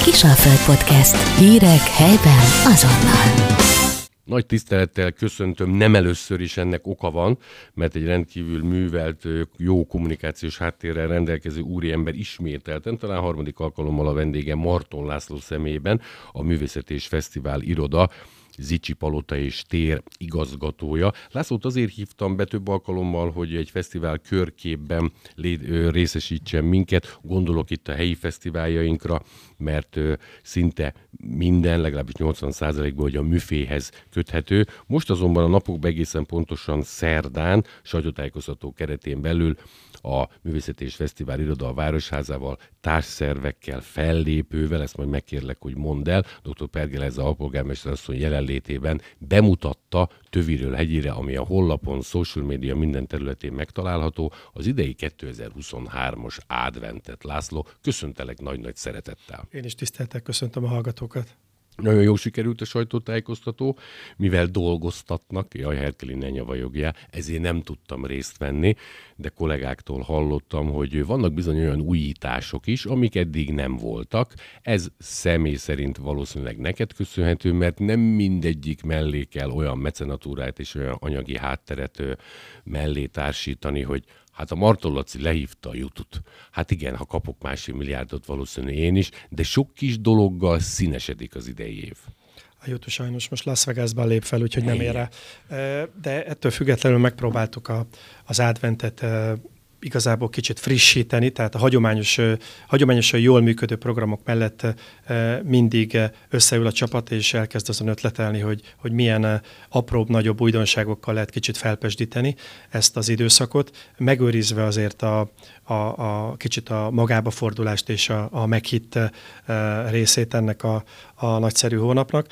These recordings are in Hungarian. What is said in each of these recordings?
Kisalföld Podcast. Hírek helyben azonnal. Nagy tisztelettel köszöntöm, nem először is ennek oka van, mert egy rendkívül művelt, jó kommunikációs háttérrel rendelkező úriember ismételten, talán harmadik alkalommal a vendége Marton László személyében, a Művészeti és Fesztivál Iroda Zichy Palota és tér igazgatója. Lászlót azért hívtam be több alkalommal, hogy egy fesztivál körképben részesítsen minket. Gondolok itt a helyi fesztiváljainkra, mert szinte minden, legalábbis 80%-ban, hogy a műféhez köthető. Most azonban a napokban egészen pontosan szerdán, sajtótájékoztató keretén belül a Művészeti és Fesztivál Iroda a Városházával, társszervekkel, fellépővel, ezt majd megkérlek, hogy mondd el, dr. Pergeleze alpolgármester asszony jelenlétében bemutatta Töviről hegyére, ami a honlapon, social media minden területén megtalálható, az idei 2023-as adventet. László, köszöntelek nagy-nagy szeretettel. Én is tiszteltek, köszöntöm a hallgatókat. Nagyon jó sikerült a sajtótájékoztató, mivel dolgoztatnak, Herkeli ne nyavajogjál, ezért nem tudtam részt venni, de kollégáktól hallottam, hogy vannak bizony olyan újítások is, amik eddig nem voltak. Ez személy szerint valószínűleg neked köszönhető, mert nem mindegyik mellé kell olyan mecenatúrát és olyan anyagi hátteret mellé társítani, hogy hát a Marton Laci lehívta a YouTube-t. Hát igen, ha kapok 1,5 milliárdot, valószínű én is, de sok kis dologgal színesedik az idei év. A YouTube sajnos most Las Vegasban lép fel, úgyhogy nem ér rá. De ettől függetlenül megpróbáltuk az adventet igazából kicsit frissíteni, tehát a hagyományosan jól működő programok mellett mindig összeül a csapat, és elkezd azon ötletelni, hogy milyen apróbb, nagyobb újdonságokkal lehet kicsit felpesdíteni ezt az időszakot, megőrizve azért kicsit a magába fordulást és a meghitt részét ennek a nagyszerű hónapnak.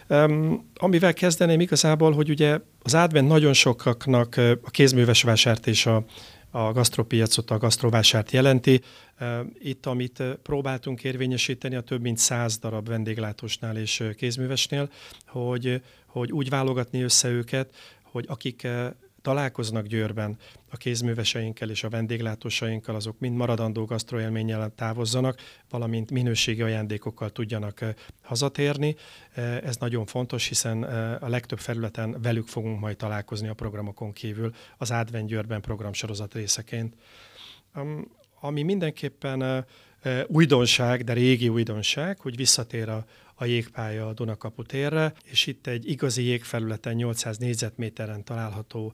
Amivel kezdeném igazából, hogy ugye az advent nagyon sokaknak a kézműves vásárt és a gasztropiacot, a gasztrovásárt jelenti. Itt, amit próbáltunk érvényesíteni a több mint 100 darab vendéglátósnál és kézművesnél, hogy úgy válogatni össze őket, hogy akik találkoznak Győrben a kézműveseinkkel és a vendéglátósainkkal, azok mind maradandó gasztroélménnyel távozzanak, valamint minőségi ajándékokkal tudjanak hazatérni. Ez nagyon fontos, hiszen a legtöbb felületen velük fogunk majd találkozni a programokon kívül az Advent Győrben programsorozat részeként. Ami mindenképpen újdonság, de régi újdonság, hogy visszatér a jégpálya a Dunakapu térre, és itt egy igazi jégfelületen 800 négyzetméteren található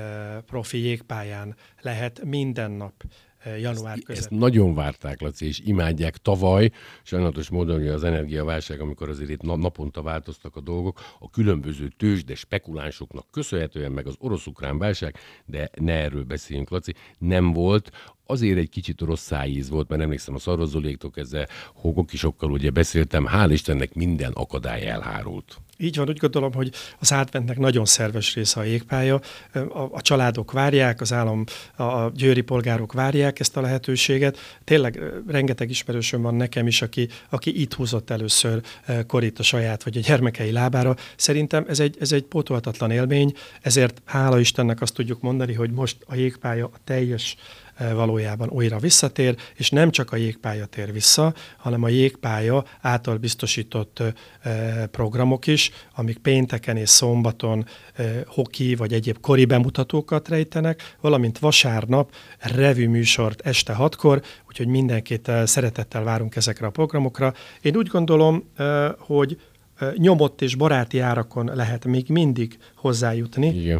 profi jégpályán lehet minden nap január között. Ezt nagyon várták, Laci, és imádják. Tavaly, sajnálatos módon, hogy az energiaválság, amikor azért itt naponta változtak a dolgok, a különböző tőzsde spekulánsoknak köszönhetően, meg az orosz-ukrán válság, de ne erről beszéljünk, Laci, nem volt. Azért egy kicsit rossz szájíz volt, mert emlékszem a Szarvazoléktól ezzel Hógokisokkal ugye beszéltem, hál' Istennek minden akadály elhárult. Így van, úgy gondolom, hogy az adventnek nagyon szerves része a jégpálya. A családok várják, az állam, a győri polgárok várják ezt a lehetőséget. Tényleg rengeteg ismerősöm van nekem is, aki itt húzott először korít a saját vagy a gyermekei lábára. Szerintem ez egy pótolhatatlan élmény, ezért hála Istennek azt tudjuk mondani, hogy most a jégpálya a teljes valójában újra visszatér, és nem csak a jégpálya tér vissza, hanem a jégpálya által biztosított programok is, amik pénteken és szombaton hoki vagy egyéb kori bemutatókat rejtenek, valamint vasárnap revű műsort este 6-kor, úgyhogy mindenkit szeretettel várunk ezekre a programokra. Én úgy gondolom, hogy nyomott és baráti árakon lehet még mindig hozzájutni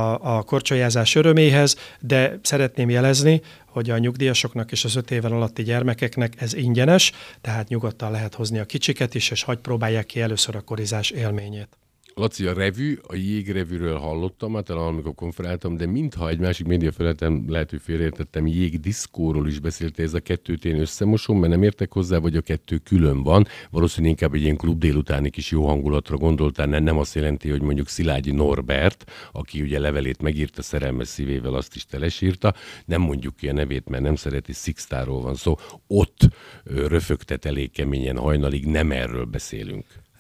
a korcsolyázás öröméhez, de szeretném jelezni, hogy a nyugdíjasoknak és az 5 éven alatti gyermekeknek ez ingyenes, tehát nyugodtan lehet hozni a kicsiket is, és hadd próbálják ki először a korizás élményét. Laci, a revű, a jégrevűről hallottam, hát talán amikor konferáltam, de mintha egy másik médiafelületen, lehet, hogy félreértettem, jégdiszkóról is beszélte, ez a kettőt én összemosom, mert nem értek hozzá, vagy a kettő külön van. Valószínűleg inkább egy ilyen klub délutáni kis jó hangulatra gondoltál, nem azt jelenti, hogy mondjuk Szilágyi Norbert, aki ugye levelét megírta szerelmes szívével, azt is telesírta, nem mondjuk ki a nevét, mert nem szereti, Sixtáról van szó, ott röfögtet elég keményen hajnalig, nem erről beszélünk.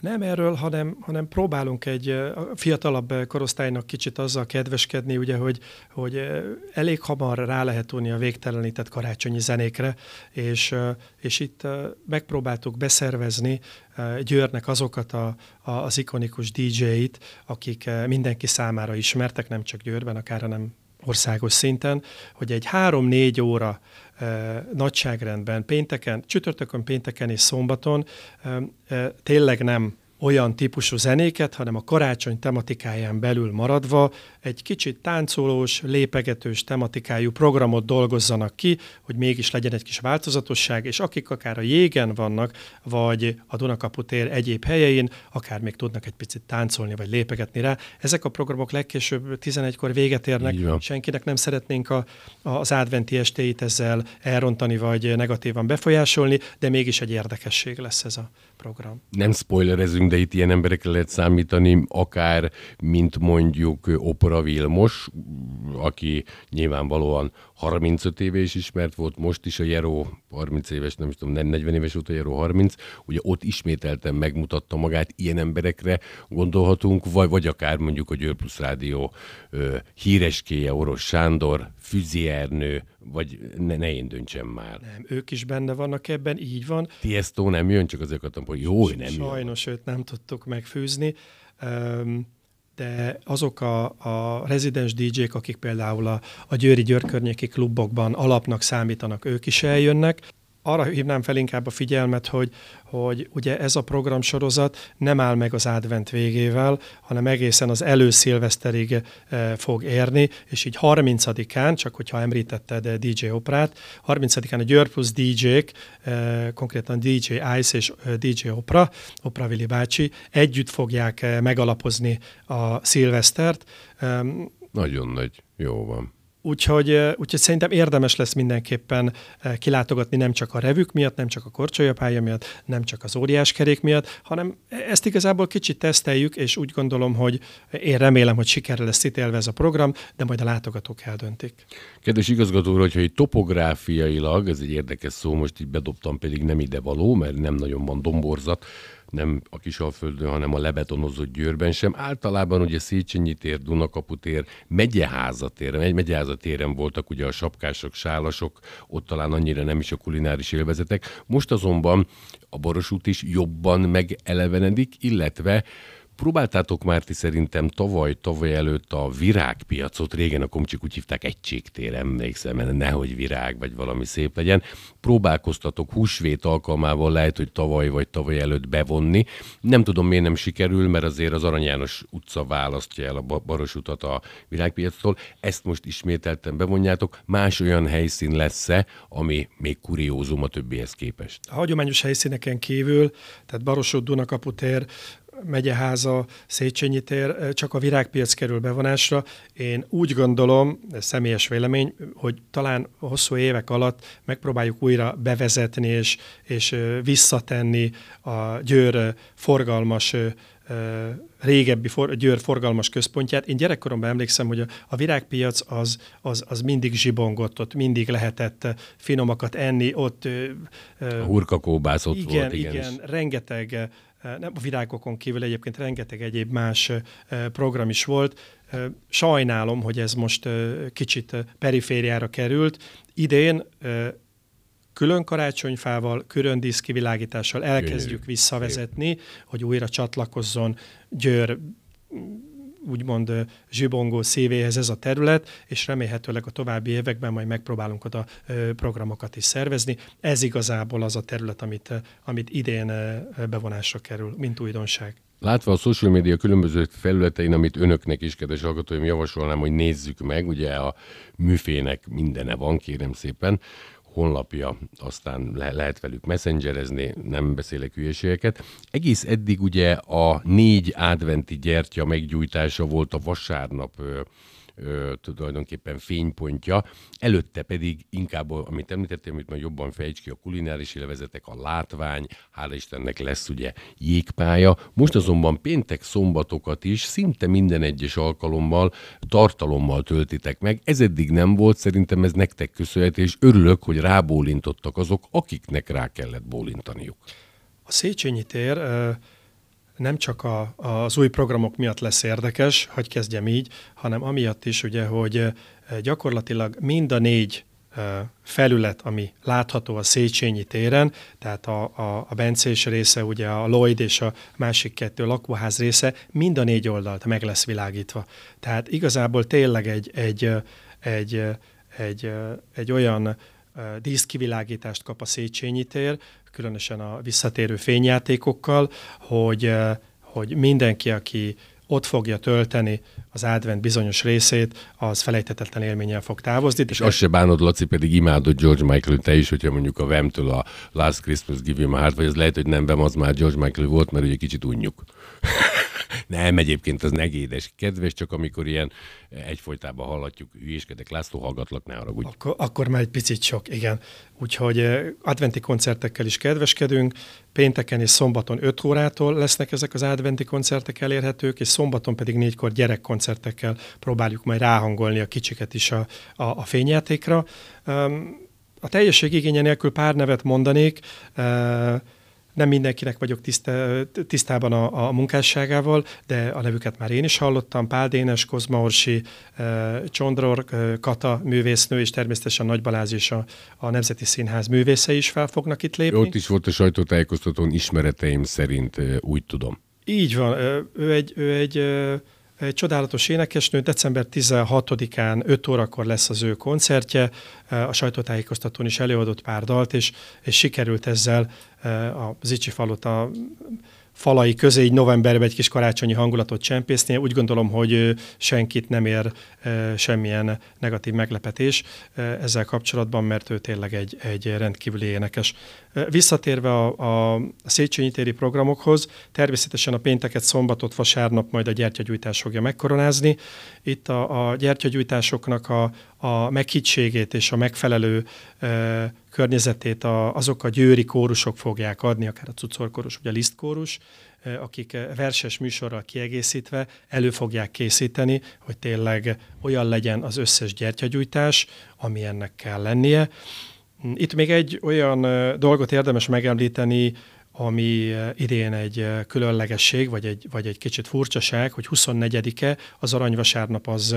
Nem erről, hanem próbálunk egy fiatalabb korosztálynak kicsit azzal kedveskedni, ugye, hogy elég hamar rá lehet tudni a végtelenített karácsonyi zenékre, és itt megpróbáltuk beszervezni Győrnek azokat az ikonikus DJ-it, akik mindenki számára ismertek, nem csak Győrben, akár hanem országos szinten, hogy egy 3-4 óra nagyságrendben csütörtökön, pénteken és szombaton tényleg nem olyan típusú zenéket, hanem a karácsony tematikáján belül maradva egy kicsit táncolós, lépegetős tematikájú programot dolgozzanak ki, hogy mégis legyen egy kis változatosság, és akik akár a Jégen vannak, vagy a Dunakapu tér egyéb helyein, akár még tudnak egy picit táncolni, vagy lépegetni rá. Ezek a programok legkésőbb 11-kor véget érnek, senkinek nem szeretnénk az adventi estéit ezzel elrontani, vagy negatívan befolyásolni, de mégis egy érdekesség lesz ez a program. Nem spoilerezünk, de itt ilyen emberekre lehet számítani, akár mint mondjuk Opora Vilmos, aki nyilvánvalóan 35 éve is ismert volt, most is a Jero 30 éves, nem is tudom, 40 éves volt a Jero 30, ugye ott ismételten megmutatta magát, ilyen emberekre gondolhatunk, vagy akár mondjuk a Győr Plusz Rádió híreskéje Orosz Sándor, Füziernő, vagy ne én döntsem már. Nem, ők is benne vannak ebben, így van. Tiesto nem jön, csak azért akartam, hogy jó, nem jön. Sajnos őt nem tudtuk megfűzni, de azok a rezidens DJ-k, akik például a Győri-Győr környéki klubokban alapnak számítanak, ők is eljönnek. Arra hívnám fel inkább a figyelmet, hogy ugye ez a programsorozat nem áll meg az advent végével, hanem egészen az előszilveszterig fog érni, és így 30-án, csak hogyha említetted DJ Oprát, 30-án a Győr Plusz DJ-k, konkrétan DJ Ice és DJ Opra Vili bácsi együtt fogják megalapozni a szilvesztert. Nagyon nagy, jó van. Úgyhogy szerintem érdemes lesz mindenképpen kilátogatni nem csak a revük miatt, nem csak a korcsolyapálya miatt, nem csak az óriáskerék miatt, hanem ezt igazából kicsit teszteljük, és úgy gondolom, hogy én remélem, hogy sikerre lesz ítélve ez a program, de majd a látogatók eldöntik. Kedves igazgató úr, hogyha egy topográfiailag, ez egy érdekes szó, most így bedobtam, pedig nem ide való, mert nem nagyon van domborzat, nem a Kisalföldön, hanem a lebetonozott Győrben sem. Általában ugye Széchenyi tér, Dunakapu tér, Megyeháza téren voltak ugye a sapkások, sálasok, ott talán annyira nem is a kulináris élvezetek. Most azonban a Baros-út is jobban megelevenedik, illetve próbáltátok már ti szerintem tavaly előtt a virágpiacot, régen a komcsik úgy hívták Egységtér, emlékszem, nehogy virág, vagy valami szép legyen. Próbálkoztatok húsvét alkalmával, lehet, hogy tavaly vagy tavaly előtt bevonni. Nem tudom, miért nem sikerül, mert azért az Arany János utca választja el a Baros-utat a virágpiactól. Ezt most ismételten bevonjátok. Más olyan helyszín lesz-e, ami még kuriózum a többihez képest? A hagyományos helyszíneken kívül, tehát Baros-út, Dunakapu tér, Megyeháza, Széchenyi tér, csak a virágpiac kerül bevonásra. Én úgy gondolom, ez személyes vélemény, hogy talán hosszú évek alatt megpróbáljuk újra bevezetni és visszatenni a Győr forgalmas, régebbi Győr forgalmas központját. Én gyerekkoromban emlékszem, hogy a virágpiac az mindig zsibongott, ott mindig lehetett finomakat enni, ott... A hurkakóbász ott volt, igen, rengeteg, nem a virágokon kívül egyébként rengeteg egyéb más program is volt. Sajnálom, hogy ez most kicsit perifériára került. Idén külön karácsonyfával, külön díszkivilágítással elkezdjük visszavezetni, hogy újra csatlakozzon Győr úgymond zsibongó szívéhez ez a terület, és remélhetőleg a további években majd megpróbálunk oda programokat is szervezni. Ez igazából az a terület, amit idén bevonásra kerül, mint újdonság. Látva a social media különböző felületein, amit önöknek is, kedves hallgatóim, javasolnám, hogy nézzük meg, ugye a műfének mindene van, kérem szépen, honlapja, aztán lehet velük messengerezni, nem beszélek hülyeségeket. Egész eddig ugye a 4 adventi gyertya meggyújtása volt a vasárnap tulajdonképpen fénypontja, előtte pedig inkább, amit említettem, amit majd jobban fejts ki, a kulináris élvezetek, a látvány, hála Istennek lesz ugye jégpálya. Most azonban péntek, szombatokat is szinte minden egyes alkalommal tartalommal töltitek meg. Ez eddig nem volt, szerintem ez nektek köszönhető, és örülök, hogy rábólintottak azok, akiknek rá kellett bólintaniuk. A Széchenyi tér nem csak az új programok miatt lesz érdekes, hogy kezdjem így, hanem amiatt is, ugye, hogy gyakorlatilag mind a 4 felület, ami látható a Széchenyi téren, tehát a bencés része, ugye a Lloyd és a másik 2 lakóház része, mind a 4 oldalt meg lesz világítva. Tehát igazából tényleg egy olyan díszkivilágítást kap a Széchenyi tér, különösen a visszatérő fényjátékokkal, hogy mindenki, aki ott fogja tölteni az advent bizonyos részét, az felejthetetlen élménnyel fog távozni. És azt se bánod, Laci, pedig imádott George Michael, te is, hogyha mondjuk a Wham-től a Last Christmas Give You My Heart, vagy ez lehet, hogy nem Wham, az már George Michael volt, mert ugye kicsit unjuk. Nem, egyébként az negédes, kedves, csak amikor ilyen egyfolytában hallatjuk, hülyéskedek, László, hallgatlak, ne haragudj. Akkor már egy picit sok, igen. Úgyhogy adventi koncertekkel is kedveskedünk, pénteken és szombaton 5 órától lesznek ezek az adventi koncertek elérhetők, és szombaton pedig 4-kor gyerekkoncertekkel próbáljuk majd ráhangolni a kicsiket is a fényjátékra. A teljesség igénye nélkül pár nevet mondanék, nem mindenkinek vagyok tisztában a munkásságával, de a nevüket már én is hallottam. Pál Dénes, Kozma Orsi, Csondror Kata művésznő, és természetesen Nagy Balázs és a Nemzeti Színház művészei is fel fognak itt lépni. Ott is volt a sajtótájékoztatón, ismereteim szerint, úgy tudom. Így van. Ő egy csodálatos énekesnő, december 16-án 5 órakor lesz az ő koncertje, a sajtótájékoztatón is előadott pár dalt, és sikerült ezzel a Zichy falut a falai közé így novemberben egy kis karácsonyi hangulatot csempészni. Úgy gondolom, hogy senkit nem ér semmilyen negatív meglepetés ezzel kapcsolatban, mert ő tényleg egy rendkívüli énekes. Visszatérve a Széchenyi téri programokhoz, természetesen a pénteket, szombatot, vasárnap majd a gyertyagyújtás fogja megkoronázni. Itt a gyertyagyújtásoknak a meghittségét és a megfelelő környezetét azok a győri kórusok fogják adni, akár a cucorkórus, vagy a lisztkórus, akik verses műsorral kiegészítve elő fogják készíteni, hogy tényleg olyan legyen az összes gyertyagyújtás, ami ennek kell lennie. Itt még egy olyan dolgot érdemes megemlíteni, ami idén egy különlegesség, vagy egy kicsit furcsaság, hogy 24-e az aranyvasárnap az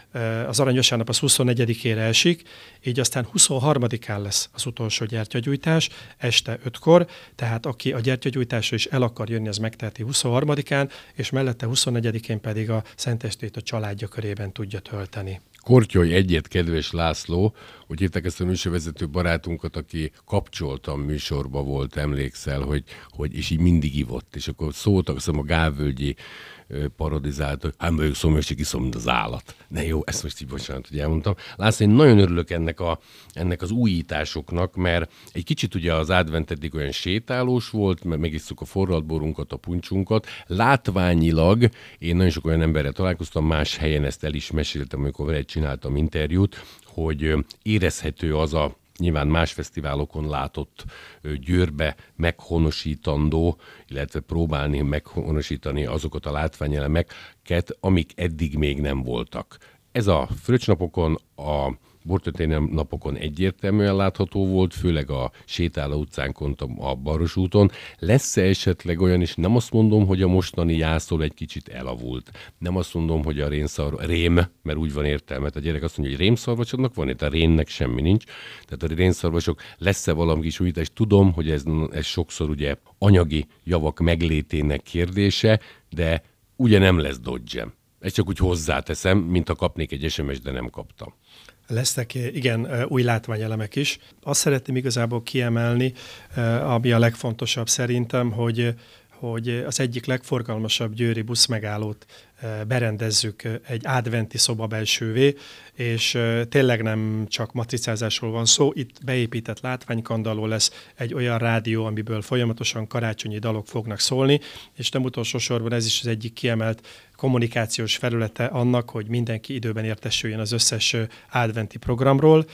24-ére esik, így aztán 23-án lesz az utolsó gyertyagyújtás, este 5-kor, tehát aki a gyertyagyújtásra is el akar jönni, az megteheti 23-án, és mellette 24-én pedig a szentestét a családja körében tudja tölteni. Kortyolj egyet, kedves László, hogy írták ezt a műsorvezető barátunkat, aki kapcsoltam műsorba volt, emlékszel, hogy és így mindig ivott, és akkor szóltak, azt hiszem a Gálvölgyi parodizált, hogy hát vagyok szomjas, csak iszom, mint az állat. Ne jó, ezt most így bocsánat, hogy elmondtam. László, én nagyon örülök ennek az újításoknak, mert egy kicsit ugye az advent eddig olyan sétálós volt, mert megisszuk a forradborunkat, a puncsunkat. Látványilag én nagyon sok olyan emberrel találkoztam, más helyen ezt el is meséltem, amikor vele csináltam interjút, hogy érezhető az a nyilván más fesztiválokon látott Győrbe meghonosítandó, illetve próbálni meghonosítani azokat a látványelemeket, amik eddig még nem voltak. Ez a Fröccsnapokon, a Bortörténelem napokon egyértelműen látható volt, főleg a Sétáló utcánkon, a Baros úton. Lesz-e esetleg olyan, és nem azt mondom, hogy a mostani jászol egy kicsit elavult. Nem azt mondom, hogy a rém, mert úgy van értelme. A gyerek azt mondja, hogy rémszarvacsodnak van, itt a rénnek semmi nincs. Tehát a rénszarvasok, lesz-e valami kis újítás? Tudom, hogy ez sokszor ugye anyagi javak meglétének kérdése, de ugye nem lesz Dodge-em. Ezt csak úgy hozzáteszem, mint ha kapnék egy SMS, de nem kaptam. Lesznek, igen, új látványelemek is. Azt szeretném igazából kiemelni, ami a legfontosabb szerintem, hogy az egyik legforgalmasabb győri buszmegállót berendezzük egy adventi szobabelsővé, és tényleg nem csak matricázásról van szó, itt beépített látványkandalló lesz, egy olyan rádió, amiből folyamatosan karácsonyi dalok fognak szólni, és nem utolsó sorban ez is az egyik kiemelt kommunikációs felülete annak, hogy mindenki időben értesüljön az összes adventi programról.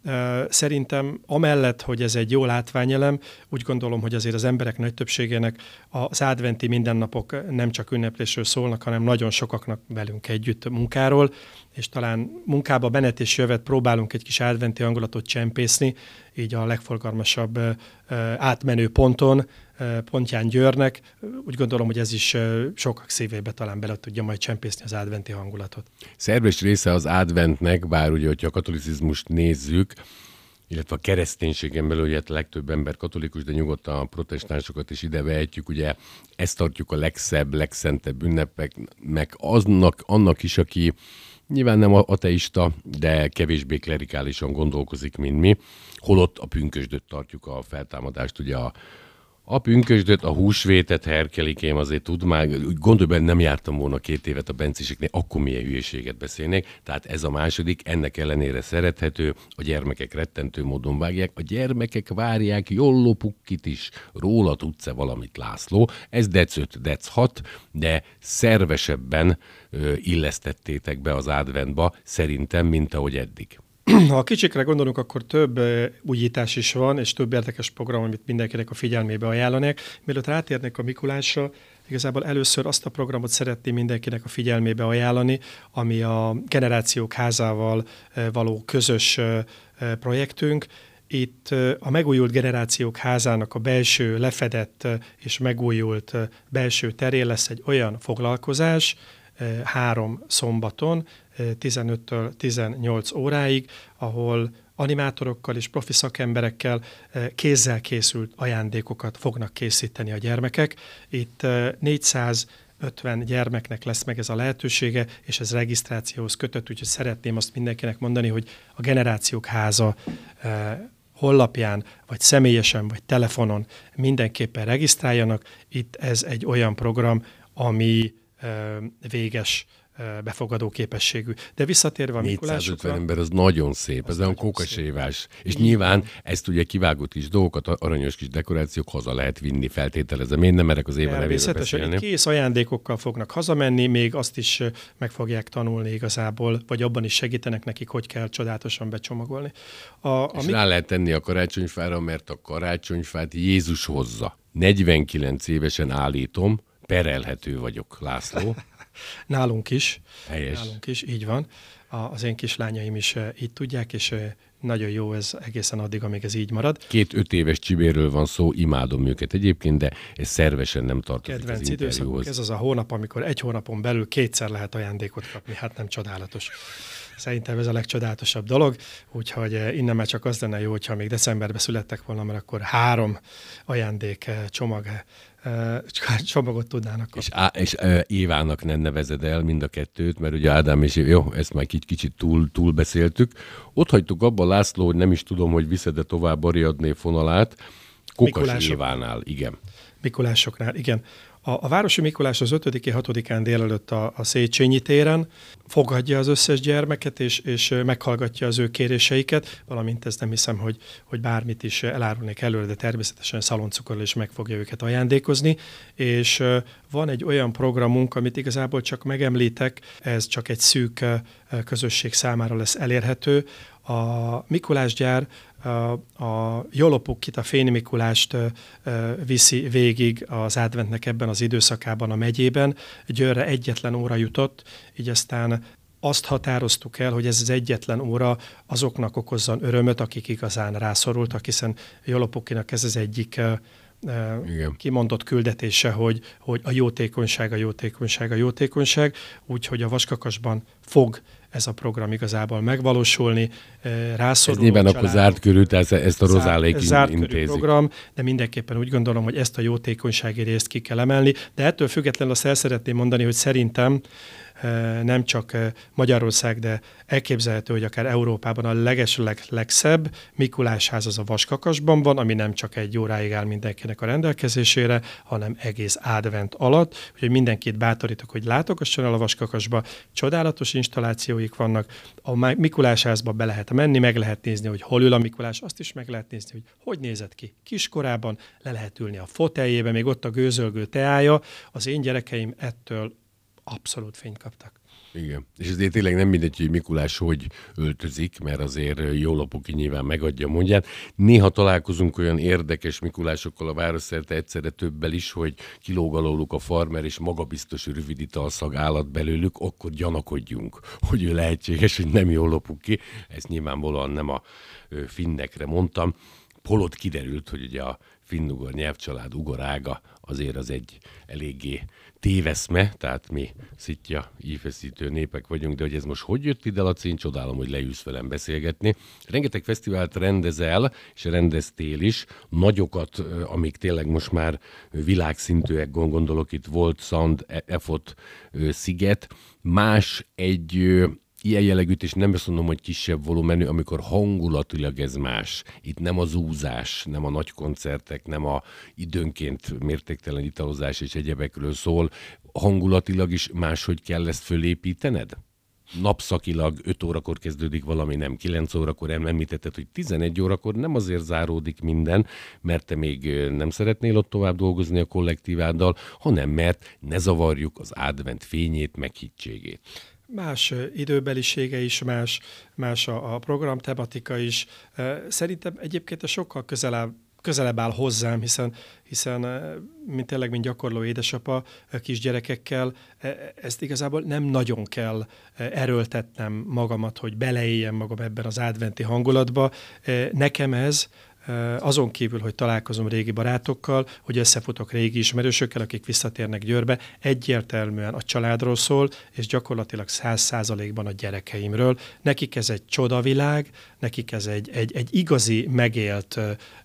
Szerintem amellett, hogy ez egy jó látványelem, úgy gondolom, hogy azért az emberek nagy többségének az adventi mindennapok nem csak ünneplésről szólnak, hanem nagyon sokaknak velünk együtt munkáról, és talán munkába menet és jövet próbálunk egy kis adventi hangulatot csempészni, így a legforgalmasabb átmenő ponton, pontján Győrnek. Úgy gondolom, hogy ez is sokak szívébe talán bele tudja majd csempészni az adventi hangulatot. Szerves része az adventnek, bár ugye, hogyha a katolicizmust nézzük, illetve a kereszténységen belül, ugye a legtöbb ember katolikus, de nyugodtan a protestánsokat is ide vehetjük, ugye ezt tartjuk a legszebb, legszentebb ünnepeknek, annak is, aki nyilván nem ateista, de kevésbé klerikálisan gondolkozik, mint mi, holott a pünkösdöt tartjuk, a feltámadást, ugye a pünkösdöt, a húsvétet, Herkelikém azért tud már, úgy gondolj benne, nem jártam volna 2 évet a benciseknél, akkor milyen hülyeséget beszélnék. Tehát ez a második, ennek ellenére szerethető, a gyermekek rettentő módon vágják, a gyermekek várják Jolló Pukkit is. Róla tudsz-e valamit, László? Ez dec 5, dec 6, de szervesebben illesztettétek be az adventba, szerintem, mint ahogy eddig. Ha a kicsikre gondolunk, akkor több újítás is van, és több érdekes program, amit mindenkinek a figyelmébe ajánlanék. Mielőtt rátérnék a Mikulásra, igazából először azt a programot szeretném mindenkinek a figyelmébe ajánlani, ami a Generációk Házával való közös projektünk. Itt a megújult Generációk Házának a belső lefedett és megújult belső terén lesz egy olyan foglalkozás, 3 szombaton, 15-től 18 óráig, ahol animátorokkal és profi szakemberekkel kézzel készült ajándékokat fognak készíteni a gyermekek. Itt 450 gyermeknek lesz meg ez a lehetősége, és ez regisztrációhoz kötött, úgyhogy szeretném azt mindenkinek mondani, hogy a Generációk Háza honlapján, vagy személyesen, vagy telefonon mindenképpen regisztráljanak. Itt ez egy olyan program, ami véges befogadó képességű. De visszatérve a Mikulásokra... 450 ember, az nagyon szép, ez olyan kókasévás. És nyilván ezt ugye kivágott kis dolgokat, aranyos kis dekorációk haza lehet vinni, feltételezem. Én nem merek az éve nevébe beszélni. Kész ajándékokkal fognak hazamenni, még azt is meg fogják tanulni igazából, vagy abban is segítenek nekik, hogy kell csodálatosan becsomagolni. És rá lehet tenni a karácsonyfára, mert a karácsonyfát Jézus hozza. 49 évesen állítom, perelhető vagyok, László. Nálunk is. Helyes. Nálunk is, így van. Az én kislányaim is így tudják, és nagyon jó ez egészen addig, amíg ez így marad. 2 5 éves csibéről van szó, imádom őket egyébként, de ez szervesen nem tartozik kedvenc az interjúhoz. Ez az a hónap, amikor 1 hónapon belül 2-szer lehet ajándékot kapni. Hát nem csodálatos. Szerintem ez a legcsodálatosabb dolog, úgyhogy innen már csak az lenne jó, hogyha még decemberben születtek volna, mert akkor 3 ajándék csomagot tudnának kapni. És Évának nem nevezed el mind a 2-t, mert ugye Ádám és jó, ezt már kicsit túl beszéltük. Ott hagytuk abba, László, hogy nem is tudom, hogy viszed-e tovább Ariadné fonalát. Kokas Évánál, igen. Mikulásoknál, igen. A Városi Mikulás az 5-6-án délelőtt a Széchenyi téren fogadja az összes gyermeket, és meghallgatja az ő kéréseiket, valamint ezt nem hiszem, hogy bármit is elárulnék előre, de természetesen szaloncukorral is meg fogja őket ajándékozni, és van egy olyan programunk, amit igazából csak megemlítek, ez csak egy szűk közösség számára lesz elérhető. A Mikulásgyár a Jolló Pukkit, a Fény Mikulást viszi végig az adventnek ebben az időszakában a megyében. Győrre egyetlen óra jutott, így aztán azt határoztuk el, hogy ez az egyetlen óra azoknak okozzon örömöt, akik igazán rászorultak, hiszen Jolló Pukkinak ez az egyik kimondott küldetése, hogy a jótékonyság, úgyhogy a Vaskakasban fog ez a program igazából megvalósulni. Rászoruló ez nyilván akkor zárt körül, tehát ezt a Rozálék intézik. Program, de mindenképpen úgy gondolom, hogy ezt a jótékonysági részt ki kell emelni, de ettől függetlenül azt el szeretném mondani, hogy szerintem nem csak Magyarország, de elképzelhető, hogy akár Európában a legszebb Mikulásház az a Vaskakasban van, ami nem csak 1 óráig áll mindenkinek a rendelkezésére, hanem egész advent alatt. Úgyhogy mindenkit bátorítok, hogy látogasson el a Vaskakasba. Csodálatos installációik vannak. A Mikulásházba be lehet menni, meg lehet nézni, hogy hol ül a Mikulás, azt is meg lehet nézni, hogy nézett ki kiskorában, le lehet ülni a foteljébe, még ott a gőzölgő teája. Az én gyerekeim ettől abszolút fényt kaptak. Igen. És ezért tényleg nem mindegy, hogy Mikulás hogy öltözik, mert azért Jolló Puki nyilván megadja a mondját. Néha találkozunk olyan érdekes Mikulásokkal a városszerte, egyszerre többel is, hogy kilóg alóluk a farmer, és magabiztos rövid italszag állat belőlük, akkor gyanakodjunk, hogy ő lehetséges, hogy nem Jolló Puki. Ezt nyilvánvalóan nem a finnekre mondtam. Holott kiderült, hogy ugye a finn-ugor nyelvcsalád ugorága azért az egy eléggé téveszme, tehát mi szitja íveszítő népek vagyunk, de hogy ez most hogy jött ide, Laci, én csodálom, hogy leülsz velem beszélgetni. Rengeteg fesztivált rendezel, és rendeztél is, nagyokat, amik tényleg most már világszintűek, gondolok itt volt Sound, EFOT, Sziget, más egy ilyen jellegűt, és nem azt mondom, hogy kisebb volumenű, amikor hangulatilag ez más. Itt nem az úzás, nem a nagy koncertek, nem a időnként mértéktelen italozás és egyebekről szól. Hangulatilag is máshogy kell ezt fölépítened? Napszakilag 5 órakor kezdődik valami, nem 9 órakor, említetted, hogy 11 órakor nem azért záródik minden, mert te még nem szeretnél ott tovább dolgozni a kollektíváddal, hanem mert ne zavarjuk az advent fényét, meghittségét. Más időbelisége is, más a program tematika is. Szerintem egyébként sokkal közelebb áll hozzám, hiszen mint gyakorló édesapa kisgyerekekkel, ezt igazából nem nagyon kell erőltetnem magamat, hogy beleéljem magam ebben az adventi hangulatba. Nekem ez azon kívül, hogy találkozom régi barátokkal, hogy összefutok régi ismerősökkel, akik visszatérnek Győrbe, egyértelműen a családról szól, és gyakorlatilag 100%-ban a gyerekeimről. Nekik ez egy csodavilág, nekik ez egy igazi megélt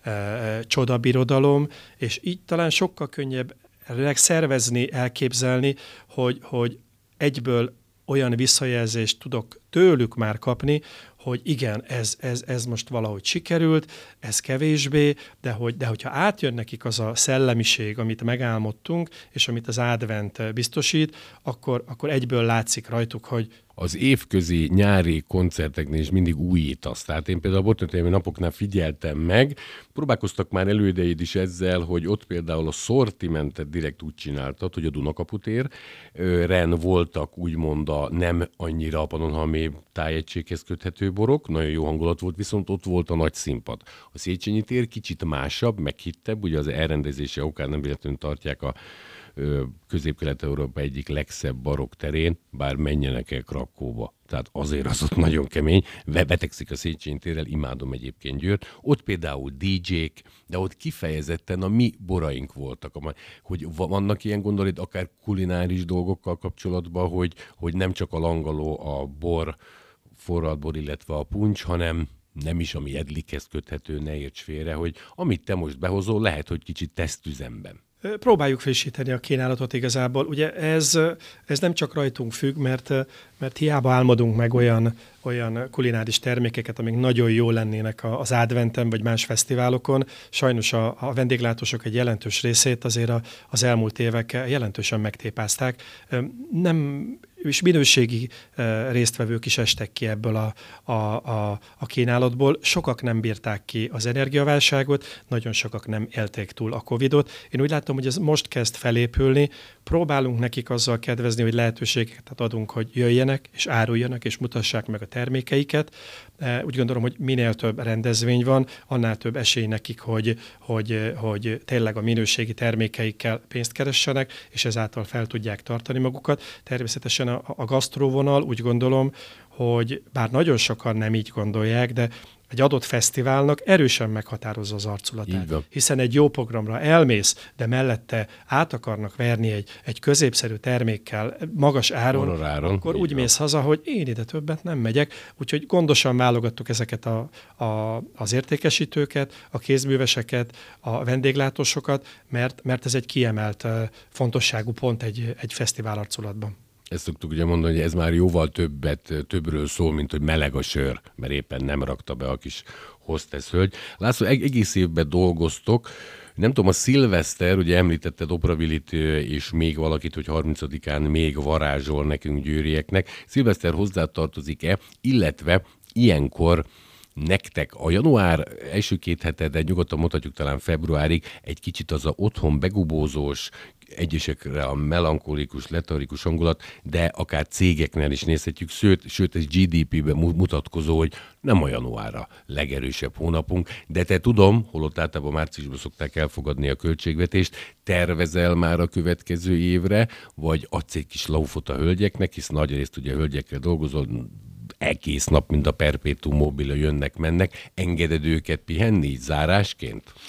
csodabirodalom, és így talán sokkal könnyebb szervezni, elképzelni, hogy egyből olyan visszajelzést tudok tőlük már kapni, hogy igen, ez most valahogy sikerült, ez kevésbé, de hogyha átjön nekik az a szellemiség, amit megálmodtunk, és amit az advent biztosít, akkor egyből látszik rajtuk, hogy az évközi nyári koncerteknél is mindig újítasz. Tehát én például a Botnotemi napoknál figyeltem meg, próbálkoztak már elődeid is ezzel, hogy ott például a szortimentet direkt úgy csináltad, hogy a Dunakaputéren voltak úgymond a nem annyira a Pannonhalmi tájegységhez köthető borok, nagyon jó hangulat volt, viszont ott volt a nagy színpad. A Széchenyi tér kicsit másabb, meghittebb, ugye az elrendezése okán nem véletlenül tartják a Közép-Kelet-Európa egyik legszebb barokk terén, bár menjenek el Krakóba. Tehát azért az ott nagyon kemény. Betegszik a Széchenyi térrel, imádom egyébként Győrt. Ott például DJ-k, de ott kifejezetten a mi boraink voltak. Hogy vannak ilyen gondolat, akár kulináris dolgokkal kapcsolatban, hogy nem csak a langaló, a bor, forradbor, illetve a puncs, hanem nem is ami edlikhez köthető, ne érts félre, hogy amit te most behozol, lehet, hogy kicsit tesztüzemben. Próbáljuk frissíteni a kínálatot igazából. Ugye ez nem csak rajtunk függ, mert hiába álmodunk meg olyan kulináris termékeket, amik nagyon jó lennének az adventen vagy más fesztiválokon. Sajnos a vendéglátósok egy jelentős részét azért az elmúlt évek jelentősen megtépázták. Nem, és minőségi résztvevők is estek ki ebből a kínálatból. Sokak nem bírták ki az energiaválságot, nagyon sokak nem élték túl a Covidot. Én úgy látom, hogy ez most kezd felépülni. Próbálunk nekik azzal kedvezni, hogy lehetőségeket adunk, hogy jöjjenek, és áruljanak, és mutassák meg a termékeiket. Úgy gondolom, hogy minél több rendezvény van, annál több esély nekik, hogy tényleg a minőségi termékeikkel pénzt keressenek, és ezáltal fel tudják tartani magukat. Természetesen a gasztróvonal úgy gondolom, hogy bár nagyon sokan nem így gondolják, de egy adott fesztiválnak erősen meghatározza az arculatát. Hiszen egy jó programra elmész, de mellette át akarnak verni egy középszerű termékkel magas áron, akkor úgy mész haza, hogy én ide többet nem megyek. Úgyhogy gondosan válogattuk ezeket az értékesítőket, a kézműveseket, a vendéglátósokat, mert ez egy kiemelt fontosságú pont egy fesztivál arculatban. Ezt szoktuk ugye mondani, hogy ez már jóval többről szól, mint hogy meleg a sör, mert éppen nem rakta be a kis hostess hölgy. László, egész évben dolgoztok. Nem tudom, a szilveszter, ugye említetted Opravillit és még valakit, hogy 30-án még varázsol nekünk győrieknek. Szilveszter hozzátartozik-e, illetve ilyenkor nektek a január első 2 hete, de nyugodtan mondhatjuk talán februárig, egy kicsit az a otthon begubózós, egyesekre a melankolikus, letarikus hangulat, de akár cégeknél is nézhetjük, sőt ez GDP-ben mutatkozó, hogy nem a januárra legerősebb hónapunk, de te tudom, holott általában márciusban szokták elfogadni a költségvetést, tervezel már a következő évre, vagy adsz egy kis laufot a hölgyeknek, hisz nagyrészt ugye hölgyekkel dolgozol, egész nap, mint a perpétuum mobile jönnek-mennek, engeded őket pihenni így zárásként?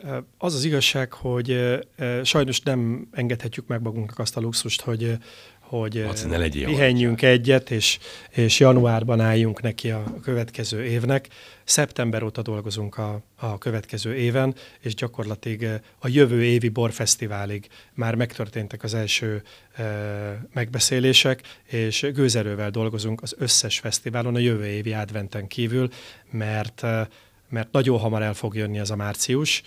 Az az igazság, hogy sajnos nem engedhetjük meg magunknak azt a luxust, hogy pihenjünk egyet, és januárban álljunk neki a következő évnek. Szeptember óta dolgozunk a következő éven, és gyakorlatilag a jövő évi borfesztiválig már megtörténtek az első megbeszélések, és gőzerővel dolgozunk az összes fesztiválon a jövő évi adventen kívül, mert nagyon hamar el fog jönni ez a március,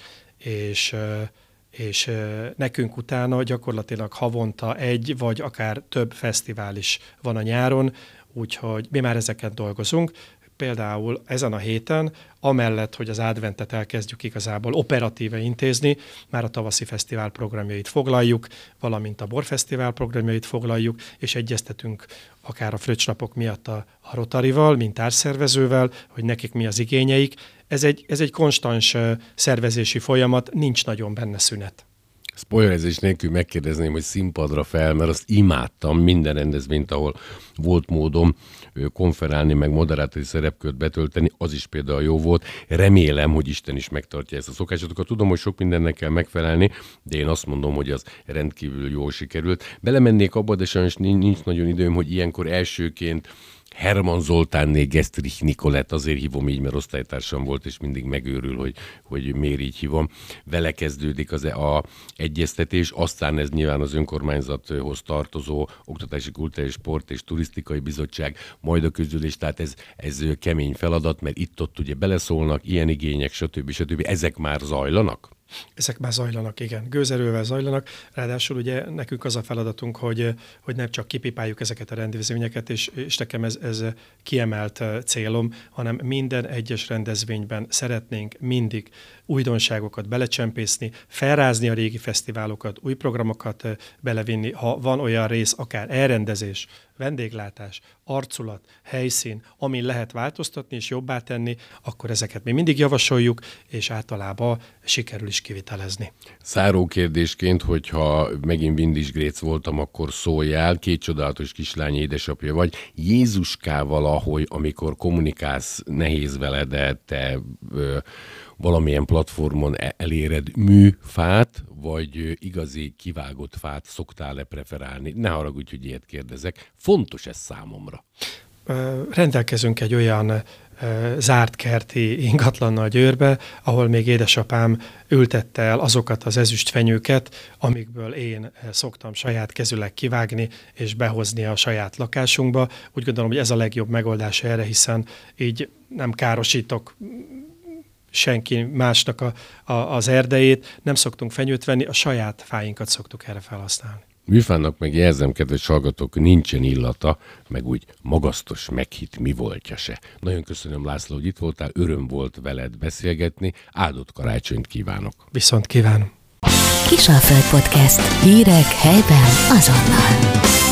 és nekünk utána gyakorlatilag havonta egy vagy akár több fesztivál is van a nyáron, úgyhogy mi már ezeket dolgozunk. Például ezen a héten, amellett, hogy az adventet elkezdjük igazából operatíve intézni, már a tavaszi fesztivál programjait foglaljuk, valamint a borfesztivál programjait foglaljuk, és egyeztetünk akár a fröccsnapok miatt a Rotarival, mint társszervezővel, hogy nekik mi az igényeik. Ez egy konstans szervezési folyamat, nincs nagyon benne szünet. Spoilerezés nélkül megkérdezném, hogy színpadra fel, mert azt imádtam minden rendezvényt, ahol volt módom konferálni, meg moderátori szerepkört betölteni, az is például jó volt. Remélem, hogy Isten is megtartja ezt a szokásotokat. Tudom, hogy sok mindennek kell megfelelni, de én azt mondom, hogy az rendkívül jól sikerült. Belemennék abba, de sajnos nincs nagyon időm, hogy ilyenkor elsőként Herman Zoltánné Gesztrich Nikolett, azért hívom így, mert osztálytársam volt, és mindig megőrül, hogy miért így hívom. Vele kezdődik az egyeztetés, aztán ez nyilván az önkormányzathoz tartozó Oktatási, Kulturális, Sport és Turisztikai Bizottság, majd a közgyűlés, tehát ez kemény feladat, mert itt-ott ugye beleszólnak, ilyen igények, stb. Ezek már zajlanak? Ezek már zajlanak, igen. Gőzerővel zajlanak. Ráadásul ugye nekünk az a feladatunk, hogy nem csak kipipáljuk ezeket a rendezvényeket, és nekem ez kiemelt célom, hanem minden egyes rendezvényben szeretnénk mindig újdonságokat belecsempészni, felrázni a régi fesztiválokat, új programokat belevinni. Ha van olyan rész, akár elrendezés, vendéglátás, arculat, helyszín, amin lehet változtatni és jobbá tenni, akkor ezeket mi mindig javasoljuk, és általában sikerül is kivitelezni. Száró kérdésként, hogyha megint Windis Grécz voltam, akkor szóljál, 2 csodálatos kislány édesapja vagy. Jézuskával, ahogy amikor kommunikálsz, nehéz vele, de te valamilyen platformon eléred műfát, vagy igazi kivágott fát szoktál-e preferálni? Ne haragudj, hogy ilyet kérdezek. Fontos ez számomra. Rendelkezünk egy olyan zárt kerti ingatlannal Győrbe, ahol még édesapám ültette el azokat az ezüstfenyőket, amikből én szoktam saját kezüleg kivágni és behozni a saját lakásunkba. Úgy gondolom, hogy ez a legjobb megoldás erre, hiszen így nem károsítok senki másnak az erdejét, nem szoktunk fenyőt venni, a saját fáinkat szoktuk erre felhasználni. Műfának meg jelzem, kedves hallgatók, nincsen illata, meg úgy magasztos meghitt mi voltja se. Nagyon köszönöm, László, hogy itt voltál, öröm volt veled beszélgetni, áldott karácsonyt kívánok. Viszont kívánom. Kisalföld Podcast. Hírek helyben azonnal.